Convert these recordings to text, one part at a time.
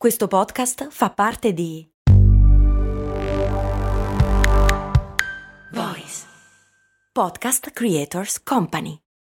Questo podcast fa parte di Voice Podcast Creators Company.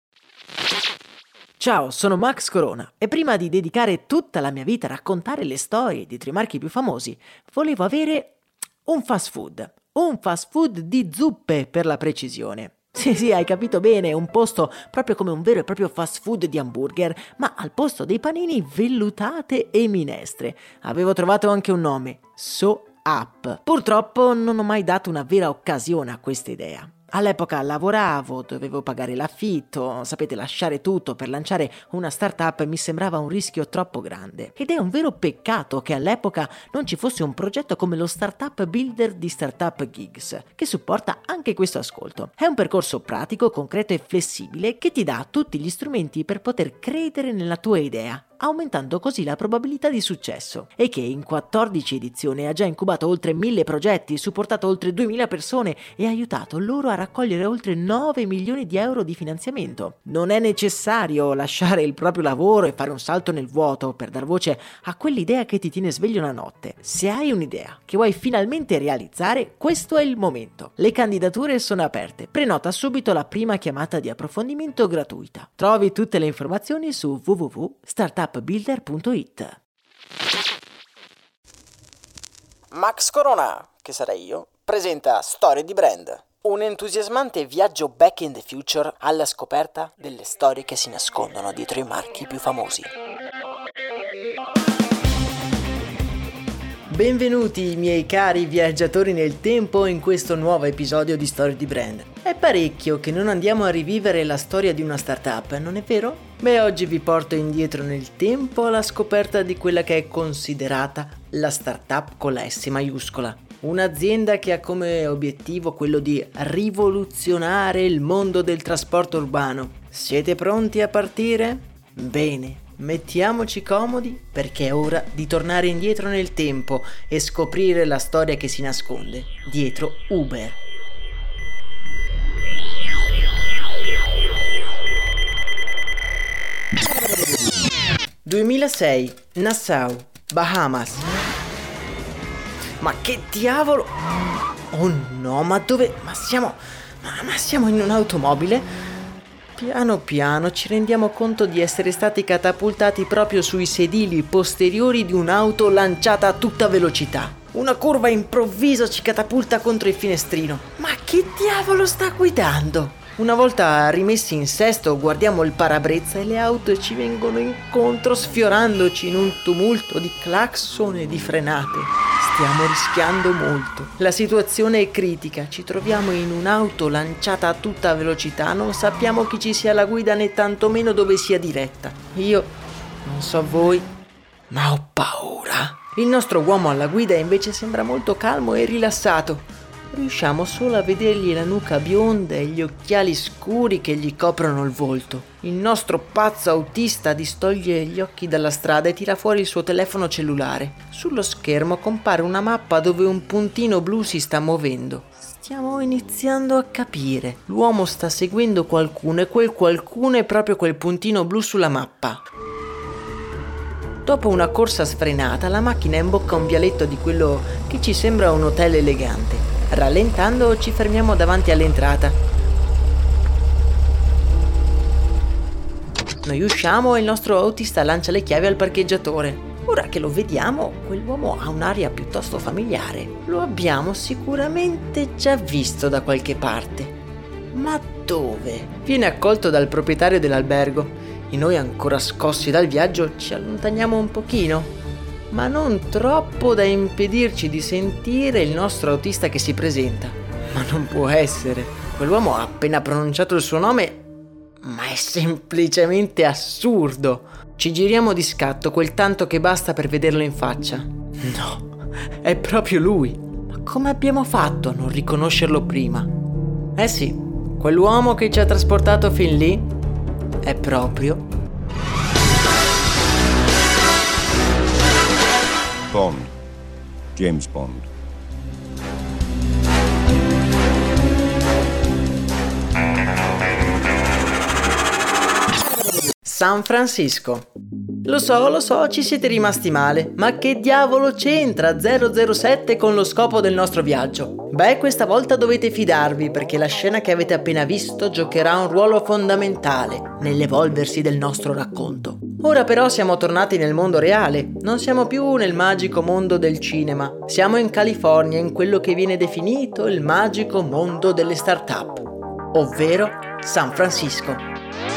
Ciao, sono Max Corona e prima di dedicare tutta la mia vita a raccontare le storie di tre marchi più famosi, volevo avere un fast food di zuppe per la precisione. Sì, hai capito bene, un posto proprio come un vero e proprio fast food di hamburger, ma al posto dei panini vellutate e minestre. Avevo trovato anche un nome, So Up. Purtroppo non ho mai dato una vera occasione a questa idea. All'epoca lavoravo, dovevo pagare l'affitto, sapete, lasciare tutto per lanciare una startup mi sembrava un rischio troppo grande. Ed è un vero peccato che all'epoca non ci fosse un progetto come lo Startup Builder di Startup Gigs, che supporta anche questo ascolto. È un percorso pratico, concreto e flessibile che ti dà tutti gli strumenti per poter credere nella tua idea, aumentando così la probabilità di successo, e che in 14 edizioni ha già incubato oltre 1000 progetti, supportato oltre 2000 persone e aiutato loro a raccogliere oltre 9 milioni di euro di finanziamento. Non è necessario lasciare il proprio lavoro e fare un salto nel vuoto per dar voce a quell'idea che ti tiene sveglio la notte. Se hai un'idea che vuoi finalmente realizzare, questo è il momento. Le candidature sono aperte. Prenota subito la prima chiamata di approfondimento gratuita. Trovi tutte le informazioni su www.startupbuilder.it. Max Corona, che sarei io, presenta Storie di Brand, un entusiasmante viaggio back in the future alla scoperta delle storie che si nascondono dietro i marchi più famosi. Benvenuti miei cari viaggiatori nel tempo in questo nuovo episodio di Storie di Brand. È parecchio che non andiamo a rivivere la storia di una startup, non è vero? Beh, oggi vi porto indietro nel tempo alla scoperta di quella che è considerata la startup con la S maiuscola. Un'azienda che ha come obiettivo quello di rivoluzionare il mondo del trasporto urbano. Siete pronti a partire? Bene, mettiamoci comodi perché è ora di tornare indietro nel tempo e scoprire la storia che si nasconde dietro Uber. (2006) Nassau, Bahamas. Ma che diavolo? Oh no, ma dove? Ma siamo in un'automobile? Piano piano ci rendiamo conto di essere stati catapultati proprio sui sedili posteriori di un'auto lanciata a tutta velocità. Una curva improvvisa ci catapulta contro il finestrino. Ma che diavolo sta guidando? Una volta rimessi in sesto guardiamo il parabrezza e le auto ci vengono incontro sfiorandoci in un tumulto di clacson e di frenate. Stiamo rischiando molto. La situazione è critica, ci troviamo in un'auto lanciata a tutta velocità, non sappiamo chi ci sia alla guida né tantomeno dove sia diretta. Io, non so voi, ma ho paura. Il nostro uomo alla guida invece sembra molto calmo e rilassato. Riusciamo solo a vedergli la nuca bionda e gli occhiali scuri che gli coprono il volto. Il nostro pazzo autista distoglie gli occhi dalla strada e tira fuori il suo telefono cellulare. Sullo schermo compare una mappa dove un puntino blu si sta muovendo. Stiamo iniziando a capire. L'uomo sta seguendo qualcuno e quel qualcuno è proprio quel puntino blu sulla mappa. Dopo una corsa sfrenata, la macchina imbocca un vialetto di quello che ci sembra un hotel elegante. Rallentando ci fermiamo davanti all'entrata. Noi usciamo e il nostro autista lancia le chiavi al parcheggiatore. Ora che lo vediamo, quell'uomo ha un'aria piuttosto familiare. Lo abbiamo sicuramente già visto da qualche parte. Ma dove? Viene accolto dal proprietario dell'albergo e noi, ancora scossi dal viaggio, ci allontaniamo un pochino, ma non troppo da impedirci di sentire il nostro autista che si presenta. Ma non può essere. Quell'uomo ha appena pronunciato il suo nome, ma è semplicemente assurdo. Ci giriamo di scatto quel tanto che basta per vederlo in faccia. No, è proprio lui. Ma come abbiamo fatto a non riconoscerlo prima? Eh sì, quell'uomo che ci ha trasportato fin lì è proprio Bond, James Bond. San Francisco. Lo so, ci siete rimasti male, ma che diavolo c'entra 007 con lo scopo del nostro viaggio? Beh, questa volta dovete fidarvi, perché la scena che avete appena visto giocherà un ruolo fondamentale nell'evolversi del nostro racconto. Ora però siamo tornati nel mondo reale, non siamo più nel magico mondo del cinema, siamo in California, in quello che viene definito il magico mondo delle start-up, ovvero San Francisco.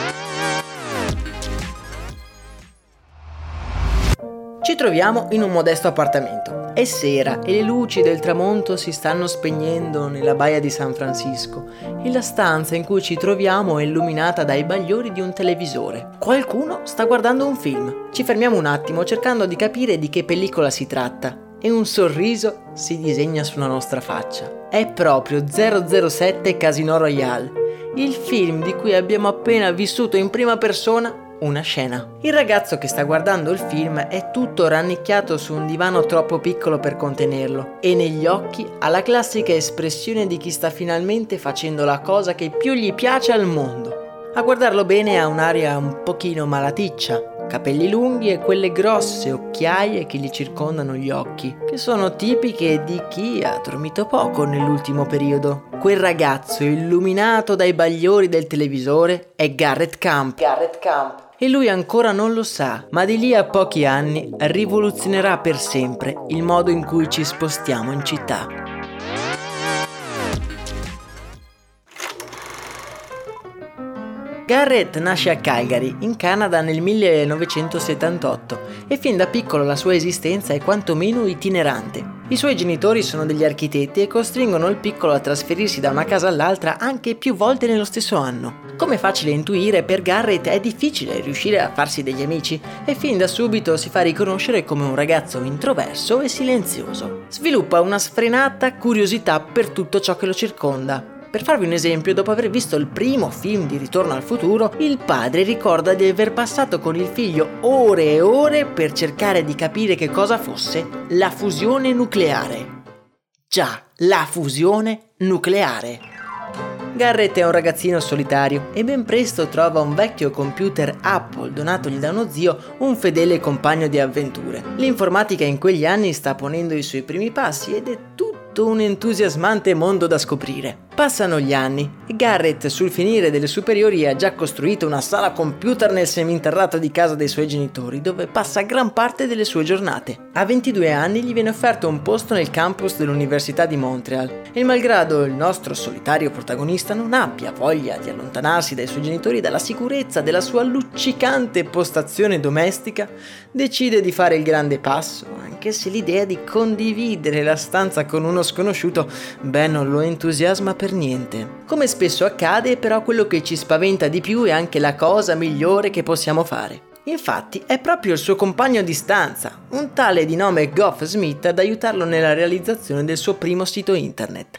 Ci troviamo in un modesto appartamento. È sera e le luci del tramonto si stanno spegnendo nella baia di San Francisco e la stanza in cui ci troviamo è illuminata dai bagliori di un televisore. Qualcuno sta guardando un film. Ci fermiamo un attimo cercando di capire di che pellicola si tratta e un sorriso si disegna sulla nostra faccia. È proprio 007 Casino Royale, il film di cui abbiamo appena vissuto in prima persona una scena. Il ragazzo che sta guardando il film è tutto rannicchiato su un divano troppo piccolo per contenerlo e negli occhi ha la classica espressione di chi sta finalmente facendo la cosa che più gli piace al mondo. A guardarlo bene ha un'aria un pochino malaticcia, capelli lunghi e quelle grosse occhiaie che gli circondano gli occhi, che sono tipiche di chi ha dormito poco nell'ultimo periodo. Quel ragazzo illuminato dai bagliori del televisore è Garrett Camp. E lui ancora non lo sa, ma di lì a pochi anni rivoluzionerà per sempre il modo in cui ci spostiamo in città. Garrett nasce a Calgary, in Canada, nel 1978 e fin da piccolo la sua esistenza è quantomeno itinerante. I suoi genitori sono degli architetti e costringono il piccolo a trasferirsi da una casa all'altra anche più volte nello stesso anno. Come è facile intuire, per Garrett è difficile riuscire a farsi degli amici e fin da subito si fa riconoscere come un ragazzo introverso e silenzioso. Sviluppa una sfrenata curiosità per tutto ciò che lo circonda. Per farvi un esempio, dopo aver visto il primo film di Ritorno al futuro, il padre ricorda di aver passato con il figlio ore e ore per cercare di capire che cosa fosse la fusione nucleare. Già, la fusione nucleare. Garrett è un ragazzino solitario e ben presto trova un vecchio computer Apple donatogli da uno zio, un fedele compagno di avventure. L'informatica in quegli anni sta ponendo i suoi primi passi ed è tutto un entusiasmante mondo da scoprire. Passano gli anni e Garrett, sul finire delle superiori, ha già costruito una sala computer nel seminterrato di casa dei suoi genitori, dove passa gran parte delle sue giornate. A 22 anni gli viene offerto un posto nel campus dell'Università di Montreal e, malgrado il nostro solitario protagonista non abbia voglia di allontanarsi dai suoi genitori dalla sicurezza della sua luccicante postazione domestica, decide di fare il grande passo, anche se l'idea di condividere la stanza con uno sconosciuto, non lo entusiasma per niente. Come spesso accade, però, quello che ci spaventa di più è anche la cosa migliore che possiamo fare. Infatti è proprio il suo compagno di stanza, un tale di nome Goff Smith, ad aiutarlo nella realizzazione del suo primo sito internet.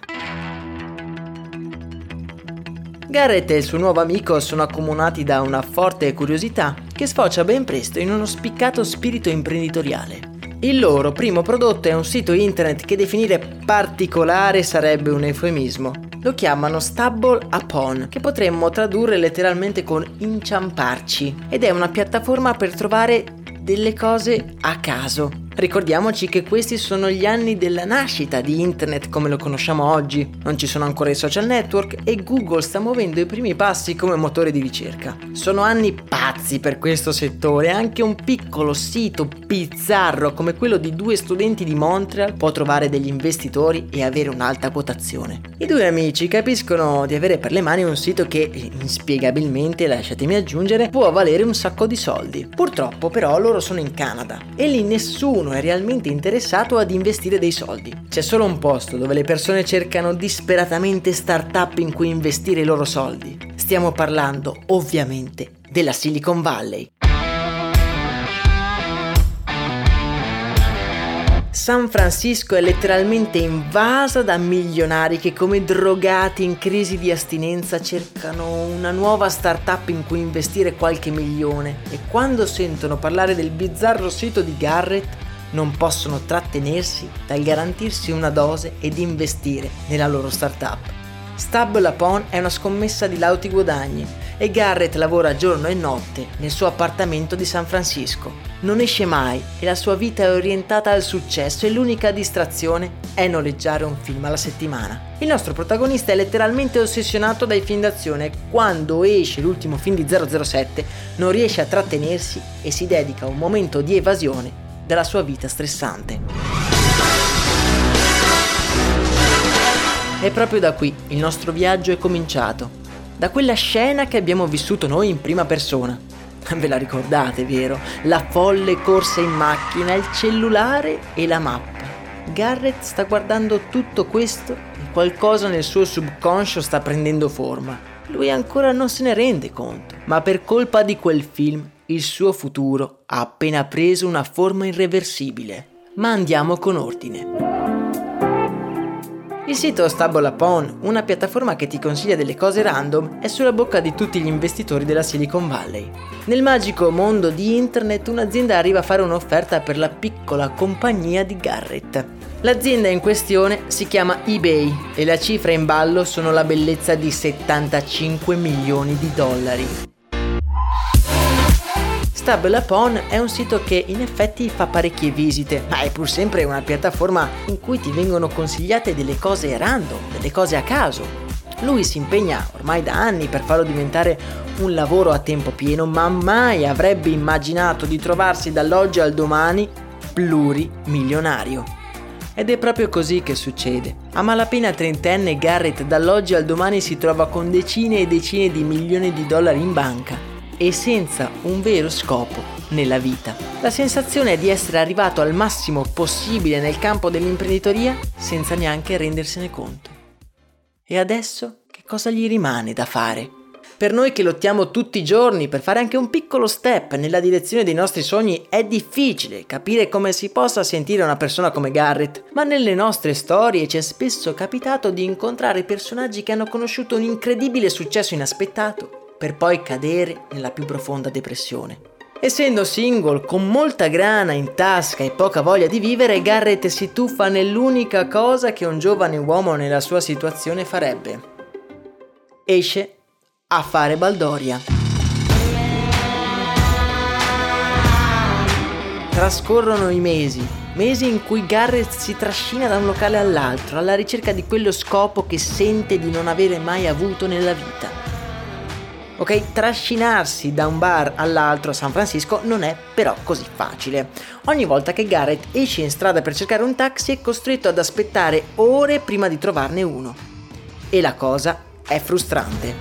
Garrett e il suo nuovo amico sono accomunati da una forte curiosità che sfocia ben presto in uno spiccato spirito imprenditoriale. Il loro primo prodotto è un sito internet che definire particolare sarebbe un eufemismo. Lo chiamano Stumble Upon, che potremmo tradurre letteralmente con inciamparci, ed è una piattaforma per trovare delle cose a caso. Ricordiamoci che questi sono gli anni della nascita di internet come lo conosciamo oggi. Non ci sono ancora i social network e Google sta muovendo i primi passi come motore di ricerca. Sono anni pazzi per questo settore. Anche un piccolo sito bizzarro come quello di 2 studenti di Montreal può trovare degli investitori e avere un'alta quotazione. I 2 amici capiscono di avere per le mani un sito che, inspiegabilmente, lasciatemi aggiungere, può valere un sacco di soldi. Purtroppo però loro sono in Canada e lì nessuno è realmente interessato ad investire dei soldi. C'è solo un posto dove le persone cercano disperatamente start-up in cui investire i loro soldi. Stiamo parlando, ovviamente, della Silicon Valley. San Francisco è letteralmente invasa da milionari che, come drogati in crisi di astinenza, cercano una nuova startup in cui investire qualche milione e quando sentono parlare del bizzarro sito di Garrett non possono trattenersi dal garantirsi una dose ed investire nella loro startup. Stab Lapone è una scommessa di lauti guadagni e Garrett lavora giorno e notte nel suo appartamento di San Francisco. Non esce mai e la sua vita è orientata al successo e l'unica distrazione è noleggiare un film alla settimana. Il nostro protagonista è letteralmente ossessionato dai film d'azione e quando esce l'ultimo film di 007 non riesce a trattenersi e si dedica a un momento di evasione dalla sua vita stressante. E proprio da qui il nostro viaggio è cominciato, da quella scena che abbiamo vissuto noi in prima persona. Ve la ricordate, vero? La folle corsa in macchina, il cellulare e la mappa. Garrett sta guardando tutto questo e qualcosa nel suo subconscio sta prendendo forma. Lui ancora non se ne rende conto, ma per colpa di quel film il suo futuro ha appena preso una forma irreversibile. Ma andiamo con ordine. Il sito Stab Lapone, una piattaforma che ti consiglia delle cose random, è sulla bocca di tutti gli investitori della Silicon Valley. Nel magico mondo di internet un'azienda arriva a fare un'offerta per la piccola compagnia di Garrett. L'azienda in questione si chiama eBay e la cifra in ballo sono la bellezza di $75 milioni. Stab Lapone è un sito che in effetti fa parecchie visite, ma è pur sempre una piattaforma in cui ti vengono consigliate delle cose random, delle cose a caso. Lui si impegna ormai da anni per farlo diventare un lavoro a tempo pieno, ma mai avrebbe immaginato di trovarsi dall'oggi al domani plurimilionario. Ed è proprio così che succede. A malapena trentenne Garrett dall'oggi al domani si trova con decine e decine di milioni di dollari in banca e senza un vero scopo nella vita. La sensazione è di essere arrivato al massimo possibile nel campo dell'imprenditoria senza neanche rendersene conto. E adesso che cosa gli rimane da fare? Per noi che lottiamo tutti i giorni per fare anche un piccolo step nella direzione dei nostri sogni è difficile capire come si possa sentire una persona come Garrett, ma nelle nostre storie ci è spesso capitato di incontrare personaggi che hanno conosciuto un incredibile successo inaspettato per poi cadere nella più profonda depressione. Essendo single, con molta grana in tasca e poca voglia di vivere, Garrett si tuffa nell'unica cosa che un giovane uomo nella sua situazione farebbe. Esce a fare baldoria. Trascorrono i mesi in cui Garrett si trascina da un locale all'altro alla ricerca di quello scopo che sente di non avere mai avuto nella vita. Ok, trascinarsi da un bar all'altro a San Francisco non è però così facile. Ogni volta che Garrett esce in strada per cercare un taxi è costretto ad aspettare ore prima di trovarne uno. E la cosa è frustrante.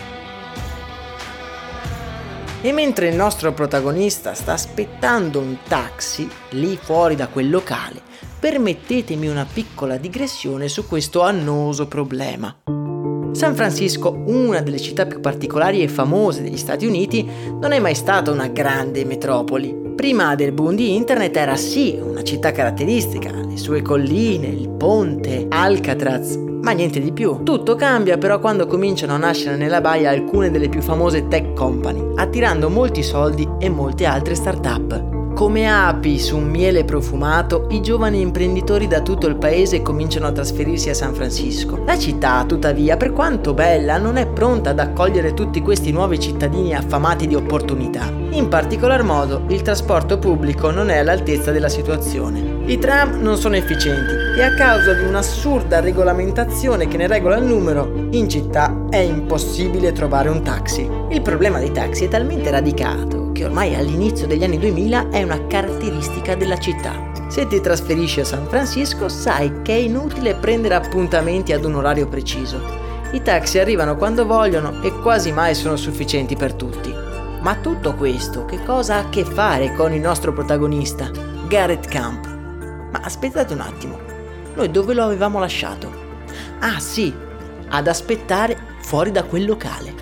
E mentre il nostro protagonista sta aspettando un taxi lì fuori da quel locale, permettetemi una piccola digressione su questo annoso problema. San Francisco, una delle città più particolari e famose degli Stati Uniti, non è mai stata una grande metropoli. Prima del boom di internet era sì una città caratteristica, le sue colline, il ponte, Alcatraz, ma niente di più. Tutto cambia però quando cominciano a nascere nella baia alcune delle più famose tech company, attirando molti soldi e molte altre start-up. Come api su un miele profumato, i giovani imprenditori da tutto il paese cominciano a trasferirsi a San Francisco. La città, tuttavia, per quanto bella, non è pronta ad accogliere tutti questi nuovi cittadini affamati di opportunità. In particolar modo, il trasporto pubblico non è all'altezza della situazione. I tram non sono efficienti e a causa di un'assurda regolamentazione che ne regola il numero, in città è impossibile trovare un taxi. Il problema dei taxi è talmente radicato che ormai all'inizio degli anni 2000 è una caratteristica della città. Se ti trasferisci a San Francisco sai che è inutile prendere appuntamenti ad un orario preciso. I taxi arrivano quando vogliono e quasi mai sono sufficienti per tutti. Ma tutto questo che cosa ha a che fare con il nostro protagonista, Garrett Camp? Ma aspettate un attimo, noi dove lo avevamo lasciato? Ah sì, ad aspettare fuori da quel locale.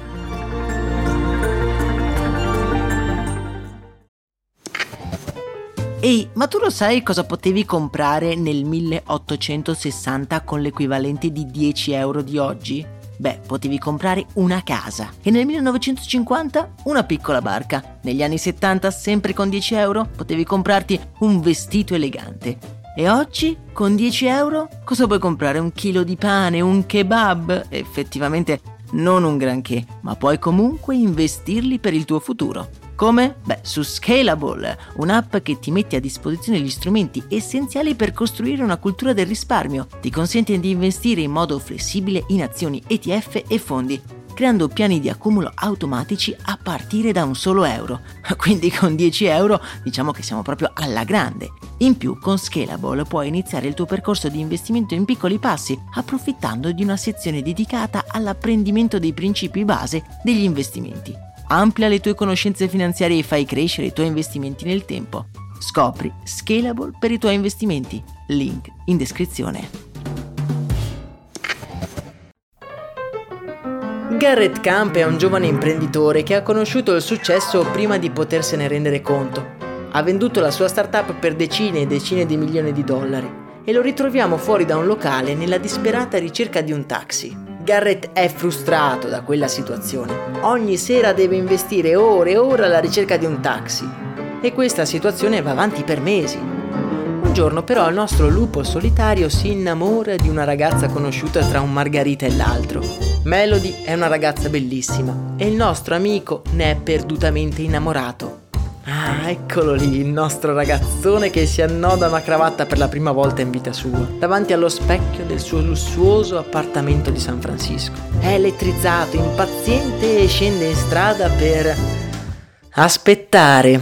Ehi, ma tu lo sai cosa potevi comprare nel 1860 con l'equivalente di 10 euro di oggi? Beh, potevi comprare una casa e nel 1950 una piccola barca. Negli anni 70, sempre con 10 euro, potevi comprarti un vestito elegante. E oggi, con 10 euro, cosa puoi comprare? Un chilo di pane, un kebab? Effettivamente non un granché, ma puoi comunque investirli per il tuo futuro. Come? Beh, su Scalable, un'app che ti mette a disposizione gli strumenti essenziali per costruire una cultura del risparmio. Ti consente di investire in modo flessibile in azioni, ETF e fondi, creando piani di accumulo automatici a partire da un solo euro. Quindi con 10 euro diciamo che siamo proprio alla grande. In più, con Scalable puoi iniziare il tuo percorso di investimento in piccoli passi, approfittando di una sezione dedicata all'apprendimento dei principi base degli investimenti. Amplia le tue conoscenze finanziarie e fai crescere i tuoi investimenti nel tempo. Scopri Scalable per i tuoi investimenti. Link in descrizione. Garrett Camp è un giovane imprenditore che ha conosciuto il successo prima di potersene rendere conto. Ha venduto la sua startup per decine e decine di milioni di dollari e lo ritroviamo fuori da un locale nella disperata ricerca di un taxi. Garrett è frustrato da quella situazione. Ogni sera deve investire ore e ore alla ricerca di un taxi e questa situazione va avanti per mesi. Un giorno però il nostro lupo solitario si innamora di una ragazza conosciuta tra un Margarita e l'altro. Melody è una ragazza bellissima e il nostro amico ne è perdutamente innamorato. Ah, eccolo lì, il nostro ragazzone che si annoda una cravatta per la prima volta in vita sua, davanti allo specchio del suo lussuoso appartamento di San Francisco. È elettrizzato, impaziente e scende in strada per aspettare.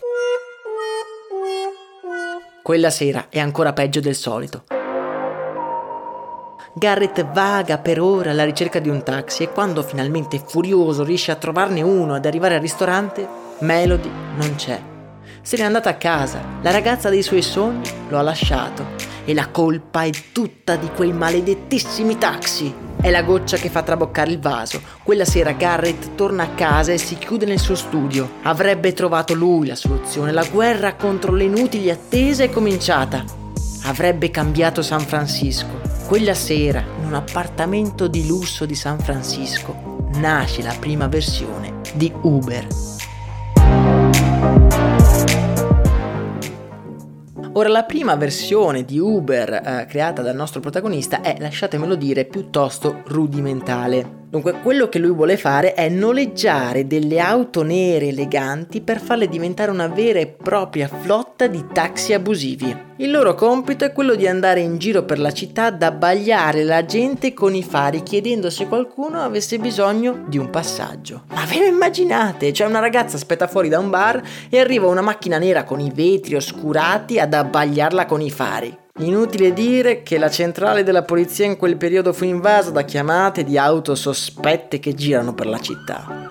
Quella sera è ancora peggio del solito. Garrett vaga per ore alla ricerca di un taxi e quando finalmente furioso riesce a trovarne uno ad arrivare al ristorante, Melody non c'è. Se n'è andata a casa, la ragazza dei suoi sogni lo ha lasciato e la colpa è tutta di quei maledettissimi taxi. È la goccia che fa traboccare il vaso. Quella sera Garrett torna a casa e si chiude nel suo studio. Avrebbe trovato lui la soluzione. La guerra contro le inutili attese è cominciata. Avrebbe cambiato San Francisco. Quella sera, in un appartamento di lusso di San Francisco, nasce la prima versione di Uber. Ora, la prima versione di Uber creata dal nostro protagonista è, lasciatemelo dire, piuttosto rudimentale. Dunque, quello che lui vuole fare è noleggiare delle auto nere eleganti per farle diventare una vera e propria flotta di taxi abusivi. Il loro compito è quello di andare in giro per la città ad abbagliare la gente con i fari, chiedendo se qualcuno avesse bisogno di un passaggio. Ma ve lo immaginate? C'è una ragazza aspetta fuori da un bar e arriva una macchina nera con i vetri oscurati ad abbagliarla con i fari. Inutile dire che la centrale della polizia in quel periodo fu invasa da chiamate di auto sospette che girano per la città.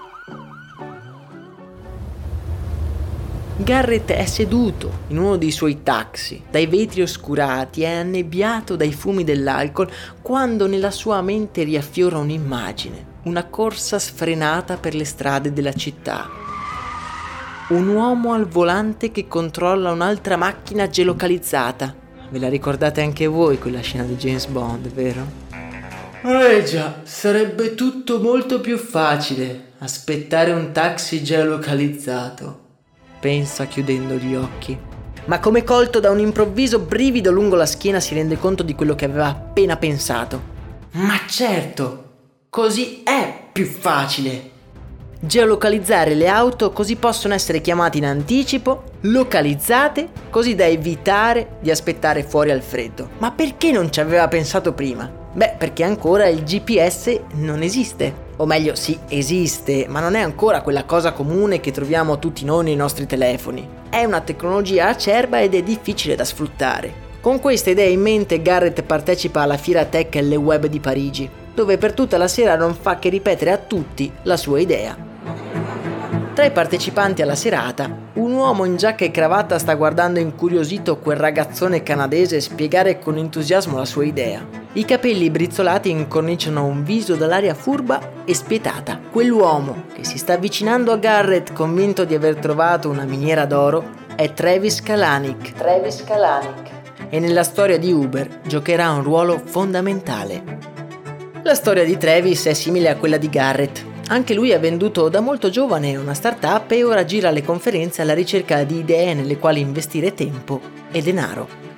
Garrett è seduto in uno dei suoi taxi, dai vetri oscurati e annebbiato dai fumi dell'alcol, quando nella sua mente riaffiora un'immagine, una corsa sfrenata per le strade della città. Un uomo al volante che controlla un'altra macchina geolocalizzata. Ve la ricordate anche voi quella scena di James Bond, vero? Già, sarebbe tutto molto più facile aspettare un taxi geolocalizzato, pensa chiudendo gli occhi. Ma come colto da un improvviso brivido lungo la schiena si rende conto di quello che aveva appena pensato. Ma certo, così è più facile. Geolocalizzare le auto così possono essere chiamate in anticipo, localizzate, così da evitare di aspettare fuori al freddo. Ma perché non ci aveva pensato prima? Beh, perché ancora il GPS non esiste. O meglio, sì, esiste, ma non è ancora quella cosa comune che troviamo tutti noi nei nostri telefoni. È una tecnologia acerba ed è difficile da sfruttare. Con questa idea in mente, Garrett partecipa alla Fiera Tech Le Web di Parigi, dove per tutta la sera non fa che ripetere a tutti la sua idea. Tra i partecipanti alla serata, un uomo in giacca e cravatta sta guardando incuriosito quel ragazzone canadese spiegare con entusiasmo la sua idea. I capelli brizzolati incorniciano un viso dall'aria furba e spietata. Quell'uomo che si sta avvicinando a Garrett convinto di aver trovato una miniera d'oro è Travis Kalanick. E nella storia di Uber giocherà un ruolo fondamentale. La storia di Travis è simile a quella di Garrett. Anche lui ha venduto da molto giovane una startup e ora gira alle conferenze alla ricerca di idee nelle quali investire tempo e denaro.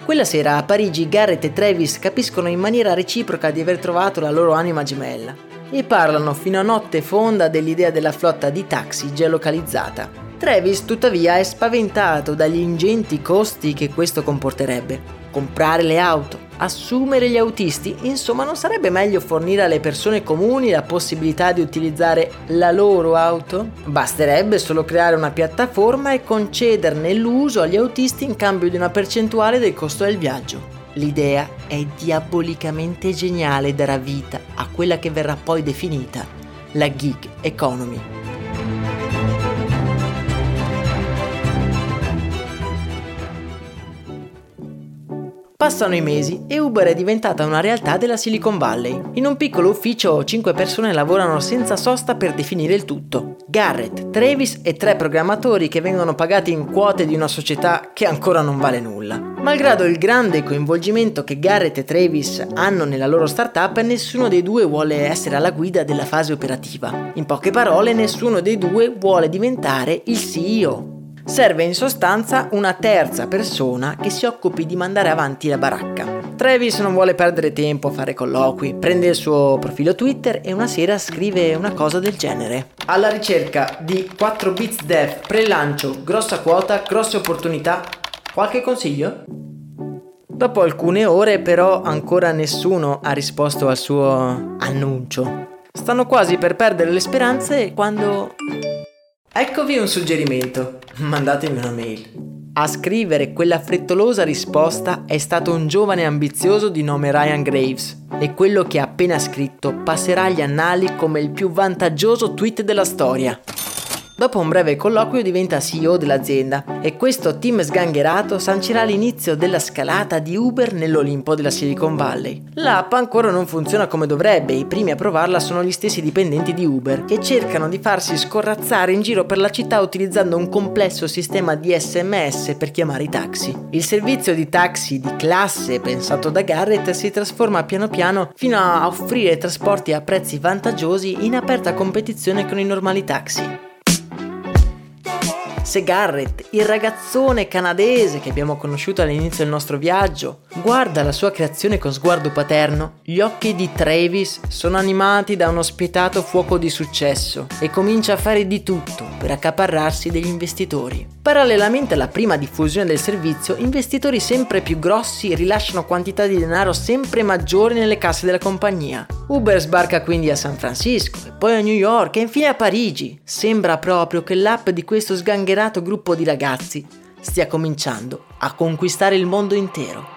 Quella sera a Parigi Garrett e Travis capiscono in maniera reciproca di aver trovato la loro anima gemella e parlano fino a notte fonda dell'idea della flotta di taxi geolocalizzata. Travis tuttavia è spaventato dagli ingenti costi che questo comporterebbe. Comprare le auto, assumere gli autisti, insomma non sarebbe meglio fornire alle persone comuni la possibilità di utilizzare la loro auto? Basterebbe solo creare una piattaforma e concederne l'uso agli autisti in cambio di una percentuale del costo del viaggio. L'idea è diabolicamente geniale e darà vita a quella che verrà poi definita la gig economy. Passano i mesi e Uber è diventata una realtà della Silicon Valley. In un piccolo ufficio 5 persone lavorano senza sosta per definire il tutto. Garrett, Travis e 3 programmatori che vengono pagati in quote di una società che ancora non vale nulla. Malgrado il grande coinvolgimento che Garrett e Travis hanno nella loro startup, nessuno dei due vuole essere alla guida della fase operativa. In poche parole, nessuno dei due vuole diventare il CEO. Serve in sostanza una terza persona che si occupi di mandare avanti la baracca. Travis non vuole perdere tempo a fare colloqui, prende il suo profilo Twitter e una sera scrive una cosa del genere: alla ricerca di 4 bits dev, pre-lancio, grossa quota, grosse opportunità, qualche consiglio? Dopo alcune ore però ancora nessuno ha risposto al suo annuncio. Stanno quasi per perdere le speranze quando... Eccovi un suggerimento, mandatemi una mail. A scrivere quella frettolosa risposta è stato un giovane ambizioso di nome Ryan Graves e quello che ha appena scritto passerà agli annali come il più vantaggioso tweet della storia. Dopo un breve colloquio diventa CEO dell'azienda e questo team sgangherato sancirà l'inizio della scalata di Uber nell'Olimpo della Silicon Valley. L'app ancora non funziona come dovrebbe e i primi a provarla sono gli stessi dipendenti di Uber che cercano di farsi scorrazzare in giro per la città utilizzando un complesso sistema di SMS per chiamare i taxi. Il servizio di taxi di classe pensato da Garrett si trasforma piano piano fino a offrire trasporti a prezzi vantaggiosi in aperta competizione con i normali taxi. Se Garrett, il ragazzone canadese che abbiamo conosciuto all'inizio del nostro viaggio, guarda la sua creazione con sguardo paterno, gli occhi di Travis sono animati da uno spietato fuoco di successo e comincia a fare di tutto per accaparrarsi degli investitori. Parallelamente alla prima diffusione del servizio, investitori sempre più grossi rilasciano quantità di denaro sempre maggiori nelle casse della compagnia. Uber sbarca quindi a San Francisco, e poi a New York e infine a Parigi. Sembra proprio che l'app di questo sgangherato gruppo di ragazzi stia cominciando a conquistare il mondo intero.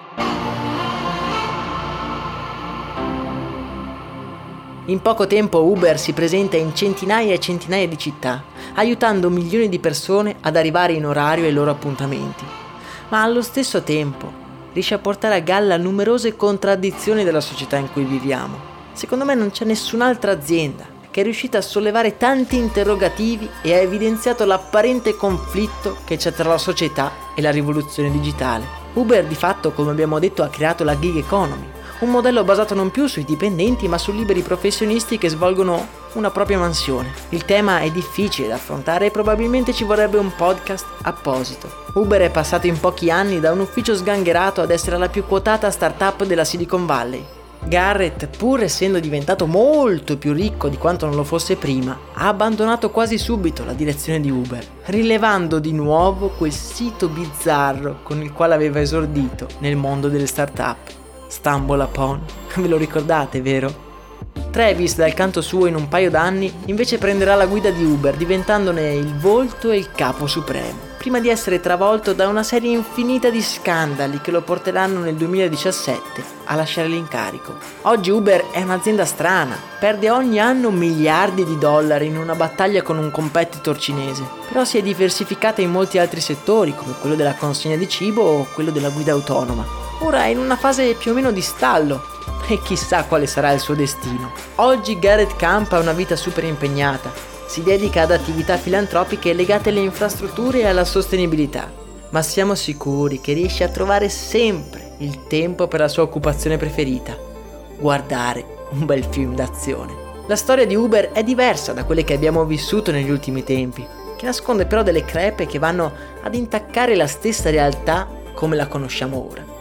In poco tempo Uber si presenta in centinaia e centinaia di città, aiutando milioni di persone ad arrivare in orario ai loro appuntamenti. Ma allo stesso tempo riesce a portare a galla numerose contraddizioni della società in cui viviamo. Secondo me non c'è nessun'altra azienda che è riuscita a sollevare tanti interrogativi e ha evidenziato l'apparente conflitto che c'è tra la società e la rivoluzione digitale. Uber di fatto, come abbiamo detto, ha creato la gig economy, un modello basato non più sui dipendenti ma su liberi professionisti che svolgono una propria mansione. Il tema è difficile da affrontare e probabilmente ci vorrebbe un podcast apposito. Uber è passato in pochi anni da un ufficio sgangherato ad essere la più quotata startup della Silicon Valley. Garrett, pur essendo diventato molto più ricco di quanto non lo fosse prima, ha abbandonato quasi subito la direzione di Uber, rilevando di nuovo quel sito bizzarro con il quale aveva esordito nel mondo delle startup. Stumble Upon, ve lo ricordate, vero? Travis, dal canto suo, in un paio d'anni, invece prenderà la guida di Uber, diventandone il volto e il capo supremo, prima di essere travolto da una serie infinita di scandali che lo porteranno nel 2017 a lasciare l'incarico. Oggi Uber è un'azienda strana, perde ogni anno miliardi di dollari in una battaglia con un competitor cinese, però si è diversificata in molti altri settori, come quello della consegna di cibo o quello della guida autonoma. Ora è in una fase più o meno di stallo e chissà quale sarà il suo destino. Oggi Garrett campa una vita super impegnata, si dedica ad attività filantropiche legate alle infrastrutture e alla sostenibilità, ma siamo sicuri che riesce a trovare sempre il tempo per la sua occupazione preferita: guardare un bel film d'azione. La storia di Uber è diversa da quelle che abbiamo vissuto negli ultimi tempi, che nasconde però delle crepe che vanno ad intaccare la stessa realtà come la conosciamo ora.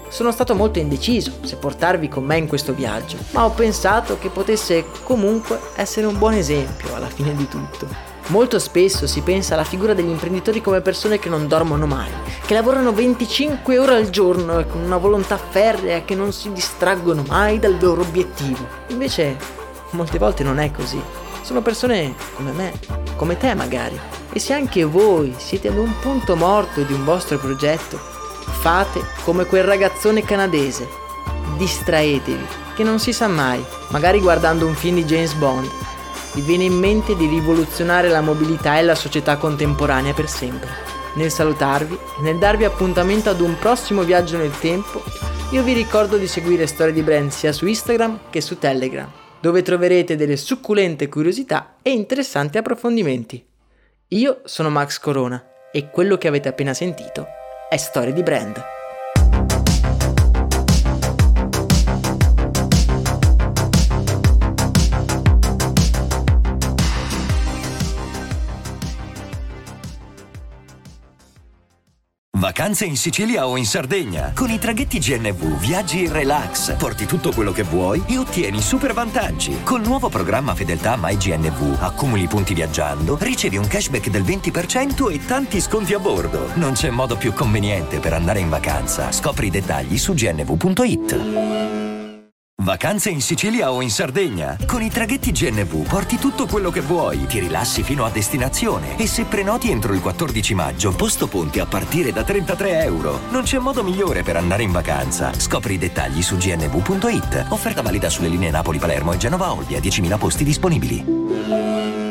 Sono stato molto indeciso se portarvi con me in questo viaggio, ma ho pensato che potesse comunque essere un buon esempio alla fine di tutto. Molto spesso si pensa alla figura degli imprenditori come persone che non dormono mai, che lavorano 25 ore al giorno e con una volontà ferrea, che non si distraggono mai dal loro obiettivo. Invece, molte volte non è così. Sono persone come me, come te magari. E se anche voi siete ad un punto morto di un vostro progetto, fate come quel ragazzone canadese. Distraetevi, che non si sa mai, magari guardando un film di James Bond. Vi viene in mente di rivoluzionare la mobilità e la società contemporanea per sempre. Nel salutarvi e nel darvi appuntamento ad un prossimo viaggio nel tempo, io vi ricordo di seguire Storie di Brand sia su Instagram che su Telegram, dove troverete delle succulente curiosità e interessanti approfondimenti. Io sono Max Corona e quello che avete appena sentito è Storie di Brand. Vacanze in Sicilia o in Sardegna. Con i traghetti GNV viaggi in relax, porti tutto quello che vuoi e ottieni super vantaggi. Col nuovo programma Fedeltà MyGNV accumuli punti viaggiando, ricevi un cashback del 20% e tanti sconti a bordo. Non c'è modo più conveniente per andare in vacanza. Scopri i dettagli su gnv.it. Vacanze in Sicilia o in Sardegna. Con i traghetti GNV porti tutto quello che vuoi, ti rilassi fino a destinazione e se prenoti entro il 14 maggio, posto ponti a partire da €33. Non c'è modo migliore per andare in vacanza. Scopri i dettagli su gnv.it. Offerta valida sulle linee Napoli-Palermo e Genova-Olbia, 10.000 posti disponibili.